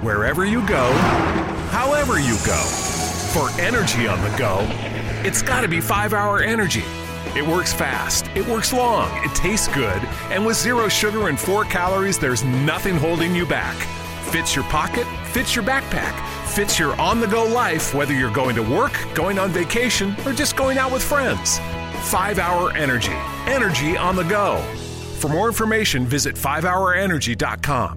wherever you go, however you go. For energy on the go, it's gotta be 5-Hour Energy. It works fast, it works long, it tastes good, and with 0 sugar and 4 calories, there's nothing holding you back. Fits your pocket, fits your backpack, fits your on-the-go life, whether you're going to work, going on vacation, or just going out with friends. 5-Hour Energy. Energy on the go. For more information, visit 5hourenergy.com.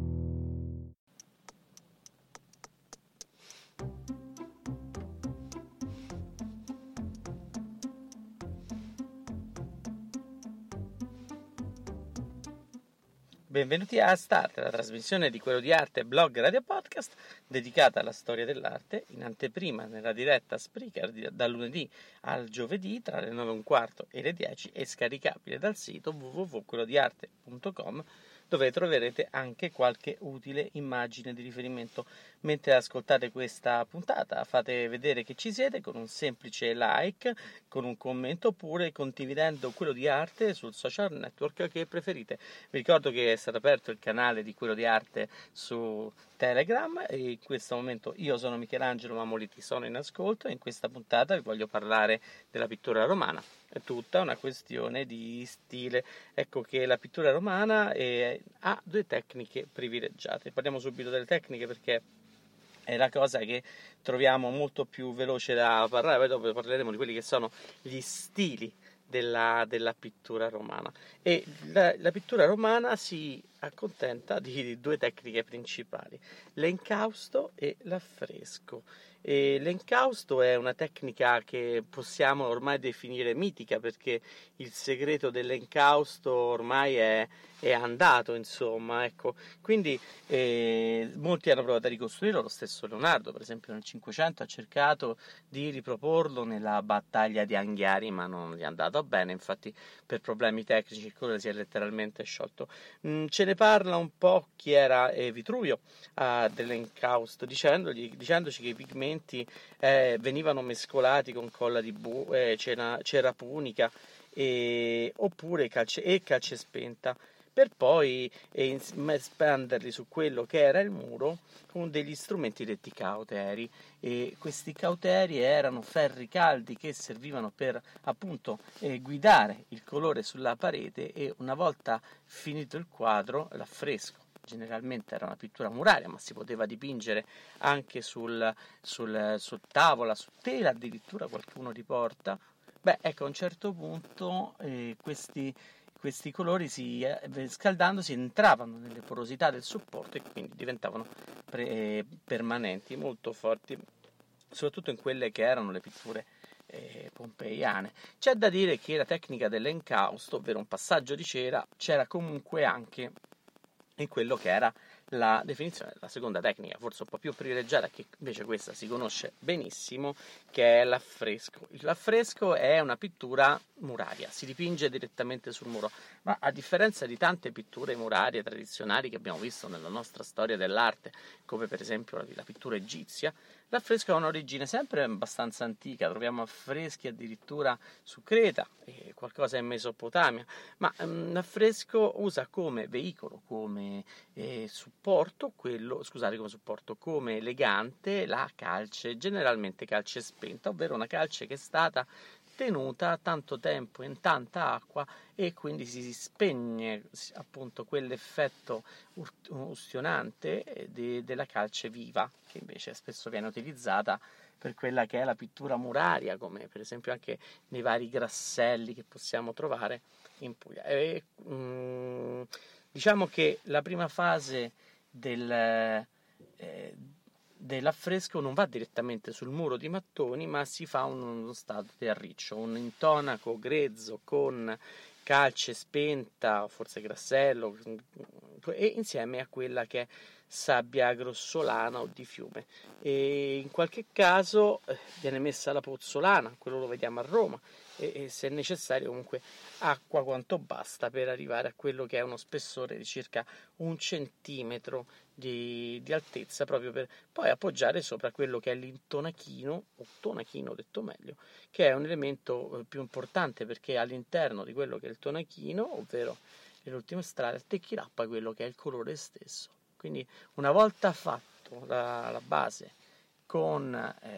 Benvenuti a Start, la trasmissione di Quello di Arte, blog radio podcast dedicata alla storia dell'arte, in anteprima nella diretta Spreaker dal lunedì al giovedì tra le 9:15 e le 10 e scaricabile dal sito www.quellodiarte.com, dove troverete anche qualche utile immagine di riferimento. Mentre ascoltate questa puntata, fate vedere che ci siete con un semplice like, con un commento oppure condividendo Quello di Arte sul social network che preferite. Vi ricordo che è stato aperto il canale di Quello di Arte su Telegram e in questo momento io sono Michelangelo Mamoliti, sono in ascolto e in questa puntata vi voglio parlare della pittura romana. È tutta una questione di stile. Ecco che la pittura romana ha 2 tecniche privilegiate. Parliamo subito delle tecniche perché è la cosa che troviamo molto più veloce da parlare. Poi dopo parleremo di quelli che sono gli stili della pittura romana. E la pittura romana si accontenta di 2 tecniche principali: l'encausto e l'affresco. E l'encausto è una tecnica che possiamo ormai definire mitica, perché il segreto dell'encausto ormai è andato, insomma, ecco. Quindi molti hanno provato a ricostruirlo. Lo stesso Leonardo, per esempio, nel 500 ha cercato di riproporlo nella battaglia di Anghiari, ma non gli è andato bene. Infatti, per problemi tecnici il colore si è letteralmente sciolto. Ce ne parla un po' chi era Vitruvio dell'encausto, dicendoci che i pigmenti venivano mescolati con colla di cera punica oppure calce spenta, per poi espanderli su quello che era il muro con degli strumenti detti cauteri. E questi cauteri erano ferri caldi che servivano per appunto guidare il colore sulla parete, e una volta finito il quadro, l'affresco generalmente era una pittura muraria, ma si poteva dipingere anche su tavola, su tela, addirittura qualcuno riporta. Ecco, a un certo punto questi colori scaldandosi entravano nelle porosità del supporto e quindi diventavano permanenti, molto forti, soprattutto in quelle che erano le pitture pompeiane. C'è da dire che la tecnica dell'encausto, ovvero un passaggio di cera, c'era comunque anche in quello che era la definizione della seconda tecnica, forse un po' più privilegiata, che invece questa si conosce benissimo, che è l'affresco. L'affresco è una pittura muraria, si dipinge direttamente sul muro, ma a differenza di tante pitture murarie tradizionali che abbiamo visto nella nostra storia dell'arte, come per esempio la pittura egizia, l'affresco ha un'origine sempre abbastanza antica. Troviamo affreschi addirittura su Creta e qualcosa in Mesopotamia, ma l'affresco usa come veicolo, come come legante la calce, generalmente calce spenta, ovvero una calce che è stata tenuta tanto tempo in tanta acqua e quindi si spegne appunto quell'effetto ustionante della calce viva, che invece spesso viene utilizzata per quella che è la pittura muraria, come per esempio anche nei vari grasselli che possiamo trovare in Puglia. Diciamo che la prima fase dell'affresco non va direttamente sul muro di mattoni, ma si fa uno stato di arriccio, un intonaco grezzo con calce spenta, forse grassello, e insieme a quella che è sabbia grossolana o di fiume, e in qualche caso viene messa la pozzolana, quello lo vediamo a Roma, e se necessario comunque acqua quanto basta per arrivare a quello che è uno spessore di circa 1 centimetro di altezza, proprio per poi appoggiare sopra quello che è l'intonachino, o tonachino detto meglio, che è un elemento più importante, perché all'interno di quello che è il tonachino, ovvero l'ultimo strato, attecchirà poi quello che è il colore stesso. Quindi una volta fatto decorato la base con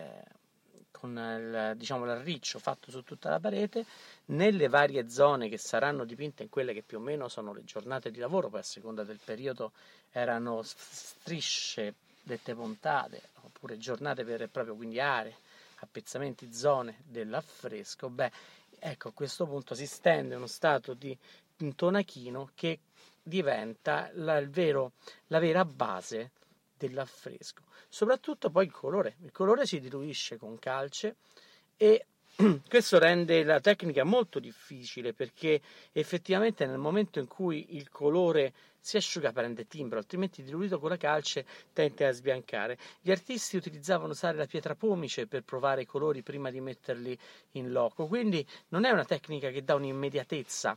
l'arriccio fatto su tutta la parete, nelle varie zone che saranno dipinte in quelle che più o meno sono le giornate di lavoro, poi a seconda del periodo erano strisce dette puntate, oppure giornate vere e proprie, quindi aree, appezzamenti, zone dell'affresco. Ecco, a questo punto si stende uno stato di intonachino che diventa la vera base dell'affresco. Soprattutto poi il colore si diluisce con calce e questo rende la tecnica molto difficile, perché effettivamente nel momento in cui il colore si asciuga prende timbro, altrimenti diluito con la calce tende a sbiancare. Gli artisti utilizzavano usare la pietra pomice per provare i colori prima di metterli in loco, quindi non è una tecnica che dà un'immediatezza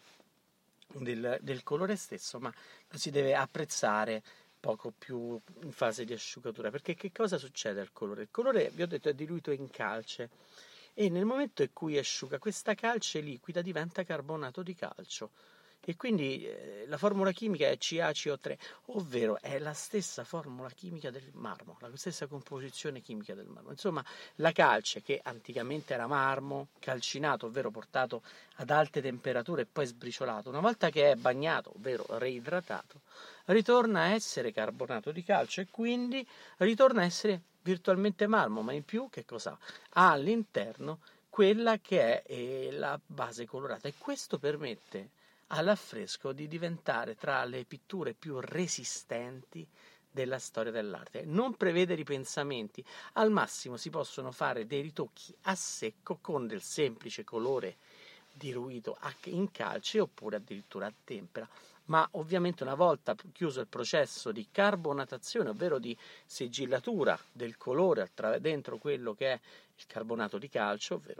del colore stesso, ma lo si deve apprezzare poco più in fase di asciugatura, perché che cosa succede al colore? Il colore, vi ho detto, è diluito in calce e nel momento in cui asciuga questa calce liquida diventa carbonato di calcio e quindi la formula chimica è CaCO3, ovvero è la stessa formula chimica del marmo, la stessa composizione chimica del marmo. Insomma, la calce, che anticamente era marmo calcinato, ovvero portato ad alte temperature e poi sbriciolato, una volta che è bagnato, ovvero reidratato, ritorna a essere carbonato di calcio e quindi ritorna a essere virtualmente marmo, ma in più che cosa ha all'interno? Quella che è la base colorata, e questo permette all'affresco di diventare tra le pitture più resistenti della storia dell'arte. Non prevede ripensamenti, al massimo si possono fare dei ritocchi a secco con del semplice colore diluito in calce oppure addirittura a tempera, ma ovviamente una volta chiuso il processo di carbonatazione, ovvero di sigillatura del colore dentro quello che è il carbonato di calcio, ovvero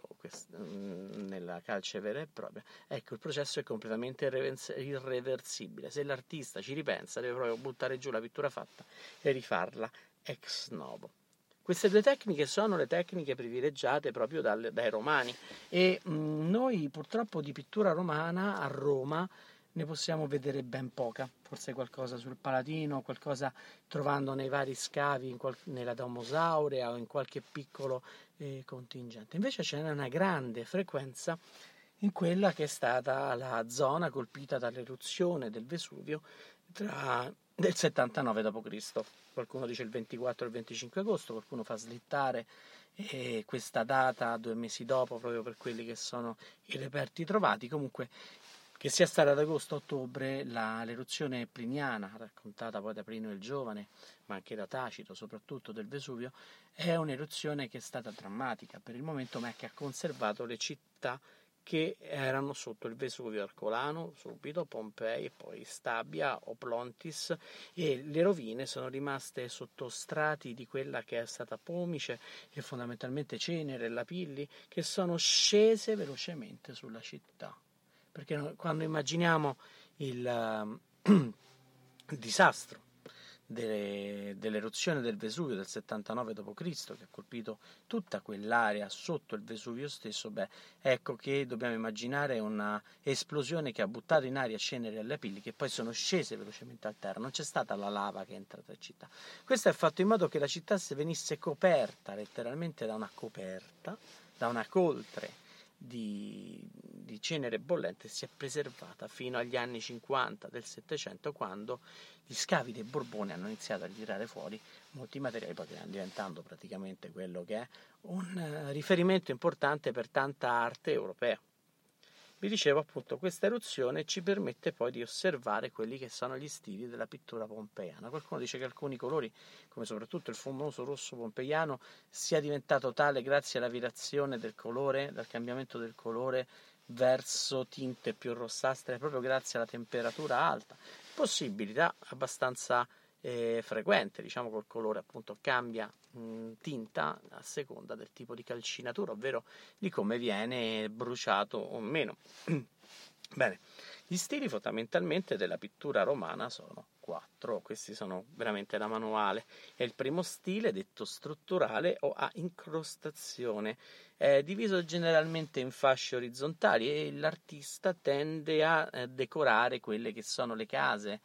nella calce vera e propria, ecco, il processo è completamente irreversibile. Se l'artista ci ripensa deve proprio buttare giù la pittura fatta e rifarla ex novo. Queste due tecniche sono le tecniche privilegiate proprio dai romani e noi purtroppo di pittura romana a Roma ne possiamo vedere ben poca, forse qualcosa sul Palatino, qualcosa trovando nei vari scavi nella Domosaurea o in qualche piccolo contingente. Invece ce n'è una grande frequenza in quella che è stata la zona colpita dall'eruzione del Vesuvio del 79 d.C. Qualcuno dice il 24 e il 25 agosto, qualcuno fa slittare questa data 2 mesi dopo, proprio per quelli che sono i reperti trovati. Comunque, che sia stata ad agosto-ottobre, l'eruzione pliniana, raccontata poi da Plinio il Giovane, ma anche da Tacito, soprattutto del Vesuvio, è un'eruzione che è stata drammatica per il momento, ma che ha conservato le città che erano sotto il Vesuvio: Ercolano, subito, Pompei e poi Stabia o Plontis, e le rovine sono rimaste sotto strati di quella che è stata pomice e fondamentalmente cenere e lapilli, che sono scese velocemente sulla città. Perché quando immaginiamo il disastro dell'eruzione del Vesuvio del 79 d.C., che ha colpito tutta quell'area sotto il Vesuvio stesso, ecco che dobbiamo immaginare una esplosione che ha buttato in aria ceneri e lapilli che poi sono scese velocemente a terra. Non c'è stata la lava che è entrata in città. Questo ha fatto in modo che la città venisse coperta letteralmente da una coperta, da una coltre di cenere bollente, si è preservata fino agli anni 50 del Settecento, quando gli scavi dei Borboni hanno iniziato a tirare fuori molti materiali, poi diventando praticamente quello che è un riferimento importante per tanta arte europea. Vi dicevo appunto, questa eruzione ci permette poi di osservare quelli che sono gli stili della pittura pompeiana. Qualcuno dice che alcuni colori, come soprattutto il famoso rosso pompeiano, sia diventato tale grazie alla virazione del colore, dal cambiamento del colore verso tinte più rossastre, proprio grazie alla temperatura alta. Possibilità abbastanza frequente, diciamo, col colore appunto cambia tinta a seconda del tipo di calcinatura, ovvero di come viene bruciato o meno. Bene, gli stili fondamentalmente della pittura romana sono 4, questi sono veramente da manuale. È il primo stile, detto strutturale o a incrostazione, è diviso generalmente in fasce orizzontali e l'artista tende a decorare quelle che sono le case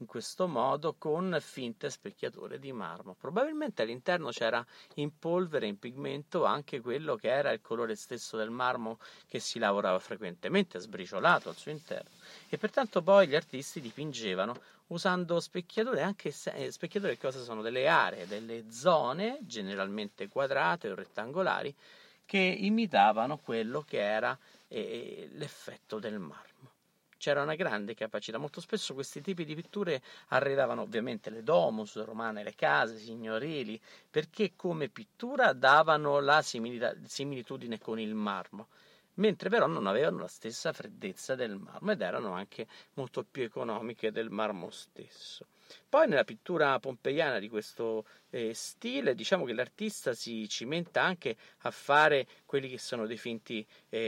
in questo modo con finte specchiature di marmo. Probabilmente all'interno c'era in polvere, in pigmento, anche quello che era il colore stesso del marmo che si lavorava frequentemente, sbriciolato al suo interno, e pertanto poi gli artisti dipingevano usando specchiature, anche specchiature che cosa sono? Delle aree, delle zone, generalmente quadrate o rettangolari, che imitavano quello che era l'effetto del marmo. C'era una grande capacità, molto spesso questi tipi di pitture arredavano ovviamente le domus romane, le case signorili, perché come pittura davano la similitudine con il marmo, mentre però non avevano la stessa freddezza del marmo ed erano anche molto più economiche del marmo stesso. Poi nella pittura pompeiana di questo stile, diciamo che l'artista si cimenta anche a fare quelli che sono dei finti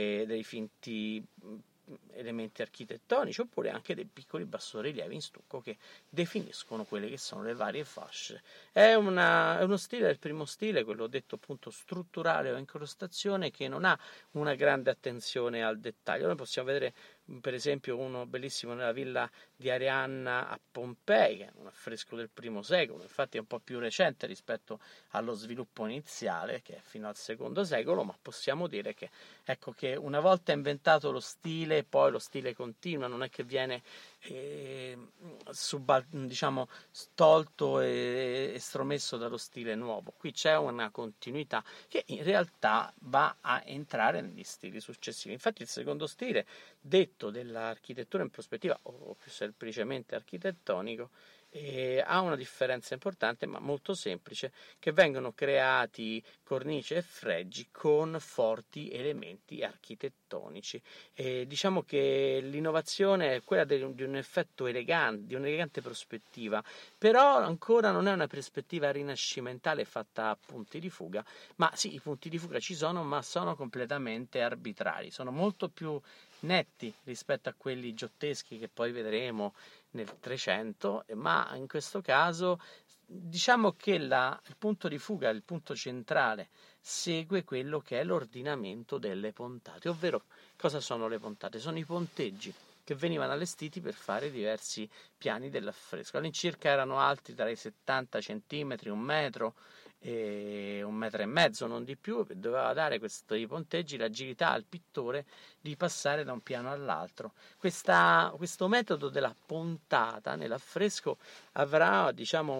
elementi architettonici, oppure anche dei piccoli bassorilievi in stucco che definiscono quelle che sono le varie fasce. È uno stile, il primo stile, quello detto appunto strutturale o incrostazione, che non ha una grande attenzione al dettaglio. Noi possiamo vedere per esempio uno bellissimo nella villa di Arianna a Pompei, che è un affresco del I secolo, infatti è un po' più recente rispetto allo sviluppo iniziale, che è fino al II secolo, ma possiamo dire che, ecco, che una volta inventato lo stile, poi lo stile continua, non è che viene diciamo tolto e estromesso dallo stile nuovo. Qui c'è una continuità che in realtà va a entrare negli stili successivi. Infatti il secondo stile, detto dell'architettura in prospettiva, o più semplicemente architettonico, ha una differenza importante ma molto semplice, che vengono creati cornici e fregi con forti elementi architettonici. Diciamo che l'innovazione è quella di un effetto elegante, di un'elegante prospettiva, però ancora non è una prospettiva rinascimentale fatta a punti di fuga, ma sì, i punti di fuga ci sono, ma sono completamente arbitrari, sono molto più netti rispetto a quelli giotteschi che poi vedremo nel 300, ma in questo caso diciamo che il punto di fuga, il punto centrale, segue quello che è l'ordinamento delle pontate, ovvero cosa sono le pontate? Sono i ponteggi che venivano allestiti per fare diversi piani dell'affresco. All'incirca erano alti tra i 70 centimetri, un metro e 1,5 metri, non di più, che doveva dare questi ponteggi l'agilità al pittore di passare da un piano all'altro. Questo metodo della pontata nell'affresco avrà, diciamo,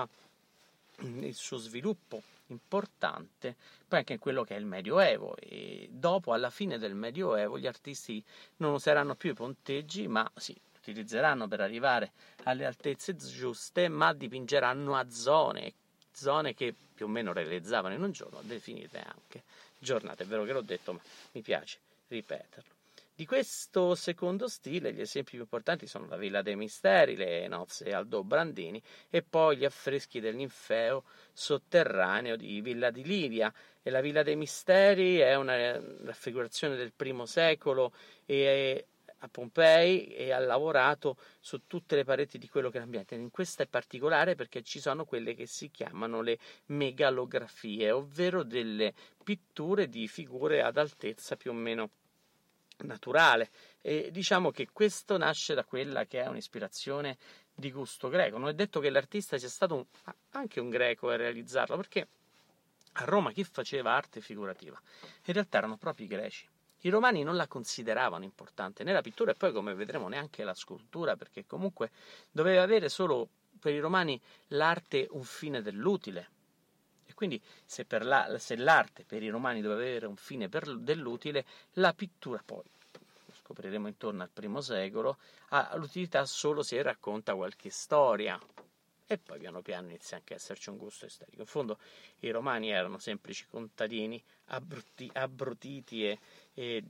il suo sviluppo importante poi anche in quello che è il Medioevo, e dopo, alla fine del Medioevo, gli artisti non useranno più i ponteggi, ma si utilizzeranno per arrivare alle altezze giuste, ma dipingeranno a zone che più o meno realizzavano in un giorno, definite anche giornate. È vero che l'ho detto, ma mi piace ripeterlo. Di questo secondo stile gli esempi più importanti sono la Villa dei Misteri, le Nozze Aldo Brandini, e poi gli affreschi del Ninfeo sotterraneo di Villa di Livia. E la Villa dei Misteri è una raffigurazione del I secolo e a Pompei, e ha lavorato su tutte le pareti di quello che è l'ambiente. In questa è particolare perché ci sono quelle che si chiamano le megalografie, ovvero delle pitture di figure ad altezza più o meno naturale, e diciamo che questo nasce da quella che è un'ispirazione di gusto greco. Non è detto che l'artista sia stato anche un greco a realizzarlo, perché a Roma chi faceva arte figurativa in realtà erano proprio i greci. I romani non la consideravano importante né la pittura, e poi, come vedremo, neanche la scultura, perché comunque doveva avere solo per i romani l'arte un fine dell'utile. E quindi se l'arte per i romani doveva avere un fine dell'utile, la pittura, poi lo scopriremo intorno al I secolo, ha l'utilità solo se racconta qualche storia. E poi piano piano inizia anche a esserci un gusto estetico. In fondo i romani erano semplici contadini abbrutiti e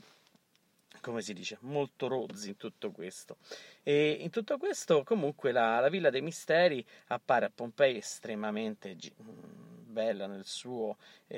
come si dice, molto rozzi in tutto questo. E in tutto questo comunque la Villa dei Misteri appare a Pompei estremamente bella nel suo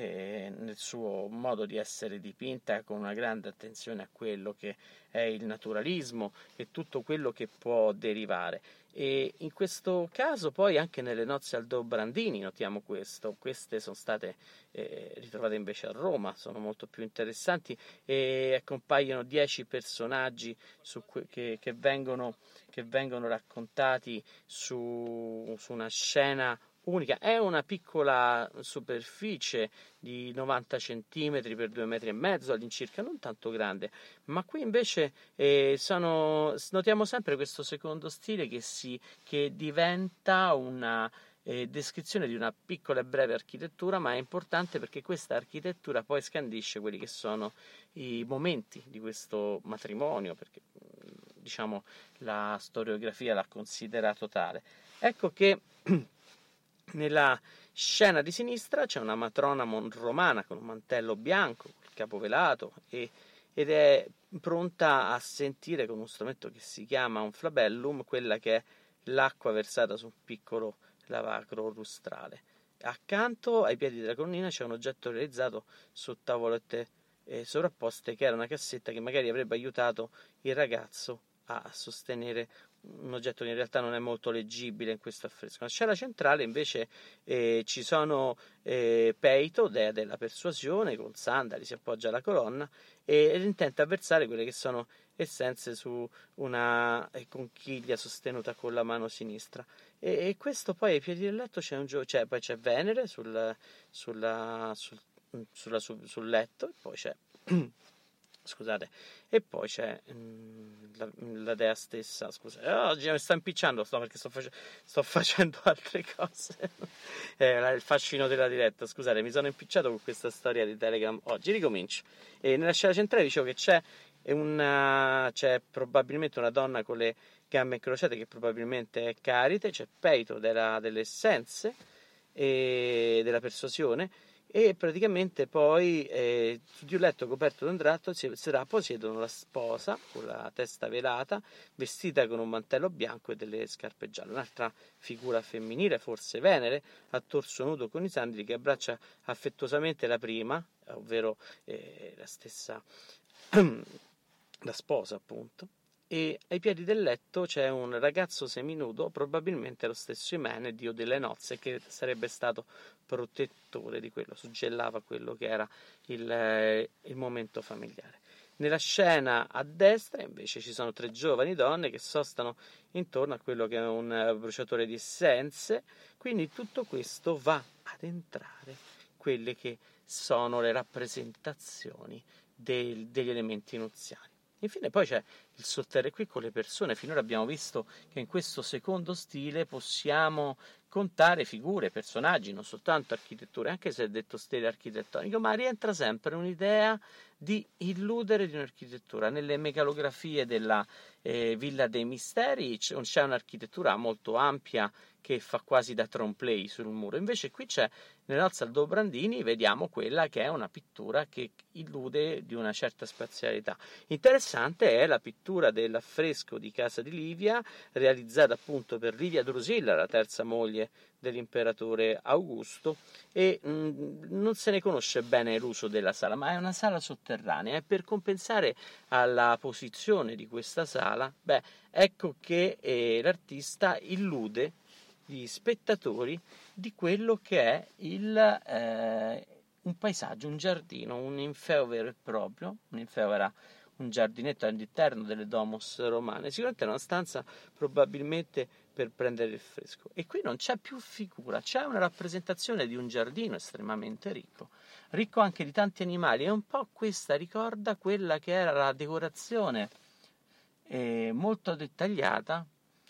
modo di essere dipinta, con una grande attenzione a quello che è il naturalismo e tutto quello che può derivare. E in questo caso poi anche nelle nozze al Brandini notiamo questo. Queste sono state ritrovate invece a Roma, sono molto più interessanti e compaiono 10 personaggi che vengono raccontati su una scena unica. È una piccola superficie di 90 cm per 2,5 metri all'incirca, non tanto grande, ma qui invece notiamo sempre questo secondo stile che diventa una descrizione di una piccola e breve architettura, ma è importante perché questa architettura poi scandisce quelli che sono i momenti di questo matrimonio, perché diciamo la storiografia l'ha considerato tale. Ecco che nella scena di sinistra c'è una matrona romana con un mantello bianco, il capo velato ed è pronta a sentire con uno strumento che si chiama un flabellum quella che è l'acqua versata su un piccolo lavacro lustrale. Accanto ai piedi della colonnina c'è un oggetto realizzato su tavolette sovrapposte, che era una cassetta che magari avrebbe aiutato il ragazzo a sostenere un oggetto che in realtà non è molto leggibile in questo affresco. Nella scena centrale invece ci sono Peito, dea della persuasione, con sandali, si appoggia alla colonna ed intenta versare quelle che sono essenze su una conchiglia sostenuta con la mano sinistra. E questo poi ai piedi del letto poi c'è Venere sul letto, e poi c'è scusate, e poi c'è la dea stessa. Scusate, oggi mi sto impicciando perché sto facendo altre cose. Il fascino della diretta, scusate, mi sono impicciato con questa storia di Telegram. Oggi ricomincio. E nella scena centrale dicevo che c'è probabilmente una donna con le gambe incrociate, che probabilmente è Carite. C'è Peito delle essenze e della persuasione, e praticamente poi su di un letto coperto da un drappo siedono la sposa con la testa velata, vestita con un mantello bianco e delle scarpe gialle. Un'altra figura femminile, forse Venere, a torso nudo con i sandali, che abbraccia affettuosamente la prima, ovvero la stessa la sposa, appunto. E ai piedi del letto c'è un ragazzo seminudo, probabilmente lo stesso Imene, dio delle nozze, che sarebbe stato protettore di quello, suggellava quello che era il momento familiare. Nella scena a destra invece ci sono 3 giovani donne che sostano intorno a quello che è un bruciatore di essenze, quindi tutto questo va ad entrare quelle che sono le rappresentazioni degli elementi nuziali. Infine poi c'è il sotterraneo qui con le persone. Finora abbiamo visto che in questo secondo stile possiamo contare figure, personaggi, non soltanto architetture, anche se è detto stile architettonico, ma rientra sempre un'idea di illudere di un'architettura. Nelle megalografie della Villa dei Misteri c'è un'architettura molto ampia che fa quasi da trompe-l'œil sul muro. Invece qui c'è, nelle nozze al Brandini, vediamo quella che è una pittura che illude di una certa spazialità. Interessante è la pittura dell'affresco di Casa di Livia, realizzata appunto per Livia Drusilla, la terza moglie dell'imperatore Augusto, e non se ne conosce bene l'uso della sala, ma è una sala sotterranea, e per compensare alla posizione di questa sala, ecco che l'artista illude gli spettatori di quello che è un paesaggio, un giardino, un ninfeo vero e proprio. Un ninfeo era un giardinetto all'interno delle domus romane, sicuramente era una stanza probabilmente per prendere il fresco. E qui non c'è più figura, c'è una rappresentazione di un giardino estremamente ricco anche di tanti animali, e un po' questa ricorda quella che era la decorazione molto dettagliata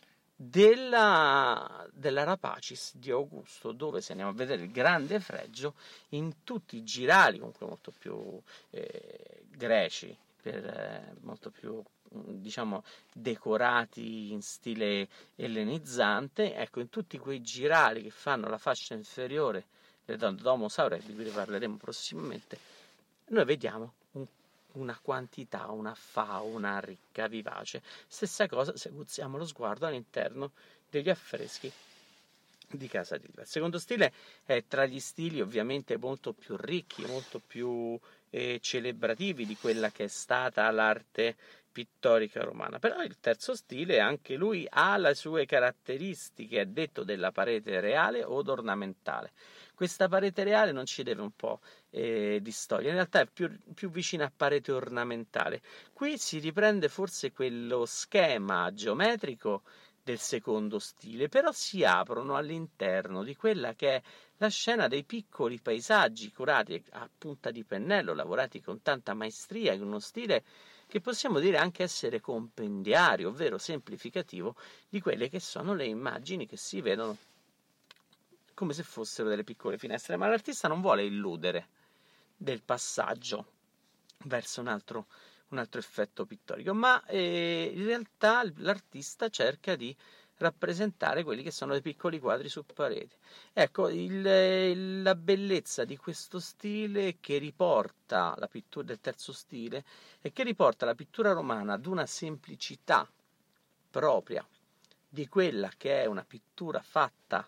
della Rapacis di Augusto, dove se andiamo a vedere il grande fregio, in tutti i girali, comunque molto più greci, molto più diciamo decorati in stile ellenizzante, ecco, in tutti quei girali che fanno la fascia inferiore dell'Homo sapiens, di cui parleremo prossimamente, noi vediamo una quantità, una fauna ricca, vivace. Stessa cosa se guzziamo lo sguardo all'interno degli affreschi di Casa di Livia. Il secondo stile è tra gli stili ovviamente molto più ricchi, molto più celebrativi di quella che è stata l'arte pittorica romana. Però il terzo stile, anche lui, ha le sue caratteristiche, è detto della parete reale od ornamentale. Questa parete reale non ci deve un po' di storia, in realtà è più vicina a parete ornamentale. Qui si riprende forse quello schema geometrico del secondo stile, però si aprono all'interno di quella che è la scena dei piccoli paesaggi curati a punta di pennello, lavorati con tanta maestria, in uno stile che possiamo dire anche essere compendiario, ovvero semplificativo, di quelle che sono le immagini che si vedono come se fossero delle piccole finestre, ma l'artista non vuole illudere del passaggio verso un altro effetto pittorico, ma in realtà l'artista cerca di rappresentare quelli che sono dei piccoli quadri su parete. Ecco, la bellezza di questo stile che riporta la pittura del terzo stile e che riporta la pittura romana ad una semplicità propria di quella che è una pittura fatta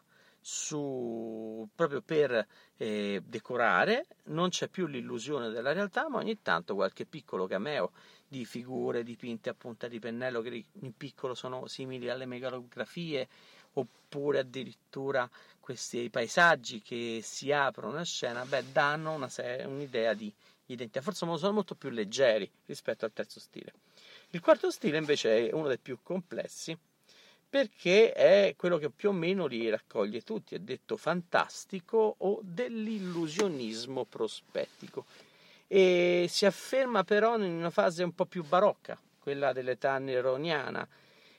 proprio per decorare. Non c'è più l'illusione della realtà, ma ogni tanto qualche piccolo cameo di figure dipinte a punta di pennello che in piccolo sono simili alle megalografie, oppure addirittura questi paesaggi che si aprono a scena, danno un'idea di identità. Forse sono molto più leggeri rispetto al terzo stile. Il quarto stile invece è uno dei più complessi, perché è quello che più o meno li raccoglie tutti, è detto fantastico o dell'illusionismo prospettico, e si afferma però in una fase un po' più barocca, quella dell'età neroniana,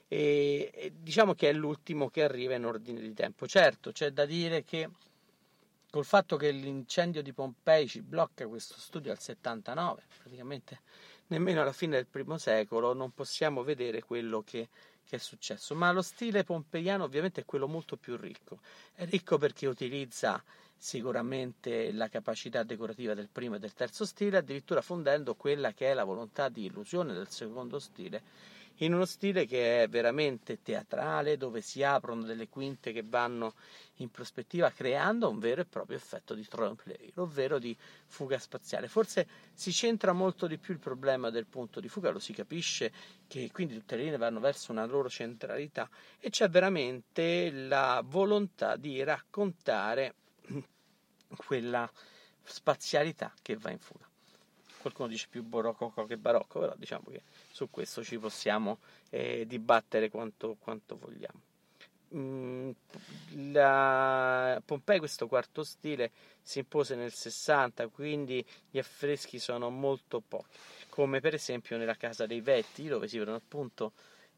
e diciamo che è l'ultimo che arriva in ordine di tempo. Certo, c'è da dire che col fatto che l'incendio di Pompei ci blocca questo studio al 79, praticamente nemmeno alla fine del primo secolo, non possiamo vedere quello che è successo, ma lo stile pompeiano ovviamente è quello molto più ricco. È ricco perché utilizza sicuramente la capacità decorativa del primo e del terzo stile, addirittura fondendo quella che è la volontà di illusione del secondo stile, in uno stile che è veramente teatrale, dove si aprono delle quinte che vanno in prospettiva, creando un vero e proprio effetto di trompe-l'œil, ovvero di fuga spaziale. Forse si centra molto di più il problema del punto di fuga, lo si capisce che quindi tutte le linee vanno verso una loro centralità, e c'è veramente la volontà di raccontare quella spazialità che va in fuga. Qualcuno dice più barocco che barocco, però diciamo che su questo ci possiamo dibattere quanto vogliamo. Pompei, questo quarto stile, si impose nel 60, quindi gli affreschi sono molto pochi, come per esempio nella Casa dei Vetti, dove si vedono appunto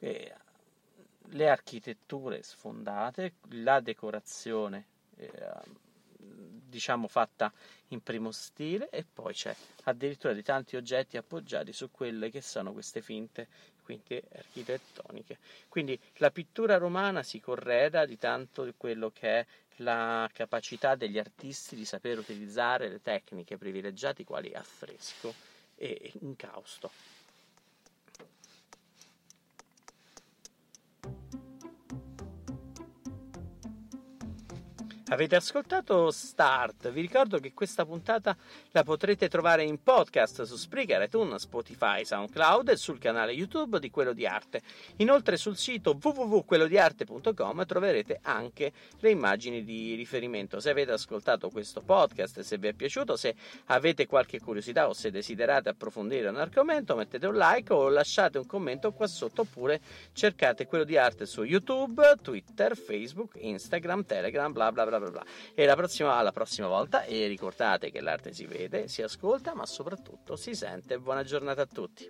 le architetture sfondate, la decorazione diciamo fatta in primo stile, e poi c'è addirittura di tanti oggetti appoggiati su quelle che sono queste finte quinte architettoniche. Quindi la pittura romana si correda di tanto di quello che è la capacità degli artisti di saper utilizzare le tecniche privilegiate quali affresco e incausto. Avete ascoltato Start? Vi ricordo che questa puntata la potrete trovare in podcast su Spreaker, iTunes, Spotify, SoundCloud e sul canale YouTube di Quello di Arte. Inoltre sul sito www.quellodiarte.com troverete anche le immagini di riferimento. Se avete ascoltato questo podcast, se vi è piaciuto, se avete qualche curiosità o se desiderate approfondire un argomento, mettete un like o lasciate un commento qua sotto, oppure cercate Quello di Arte su YouTube, Twitter, Facebook, Instagram, Telegram, bla bla bla bla bla. E alla prossima volta, e ricordate che l'arte si vede, si ascolta, ma soprattutto si sente. Buona giornata a tutti.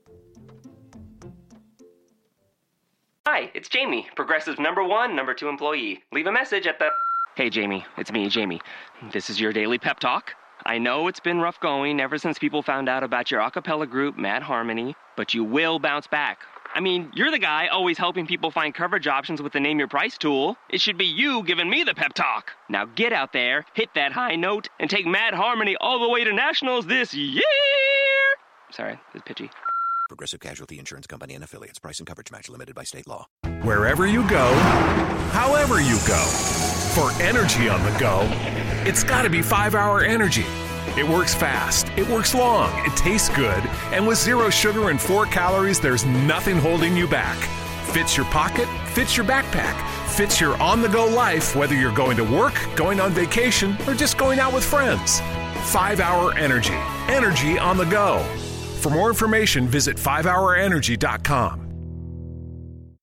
Hi, it's Jamie, Progressive's #1, #2 employee. Leave a message at the... Hey, Jamie, it's me, Jamie. This is your daily pep talk. I know it's been rough going ever since people found out about your a cappella group, Mad Harmony, but you will bounce back. I mean, you're the guy always helping people find coverage options with the Name Your Price tool. It should be you giving me the pep talk. Now get out there, hit that high note, and take Mad Harmony all the way to nationals this year! Sorry, it's pitchy. Progressive Casualty Insurance Company and Affiliates. Price and coverage match limited by state law. Wherever you go, however you go. For energy on the go, it's got to be 5-Hour Energy. It works fast, it works long, it tastes good, and with 0 sugar and 4 calories, there's nothing holding you back. Fits your pocket, fits your backpack, fits your on-the-go life, whether you're going to work, going on vacation, or just going out with friends. 5-Hour Energy. Energy on the go. For more information, visit 5hourenergy.com.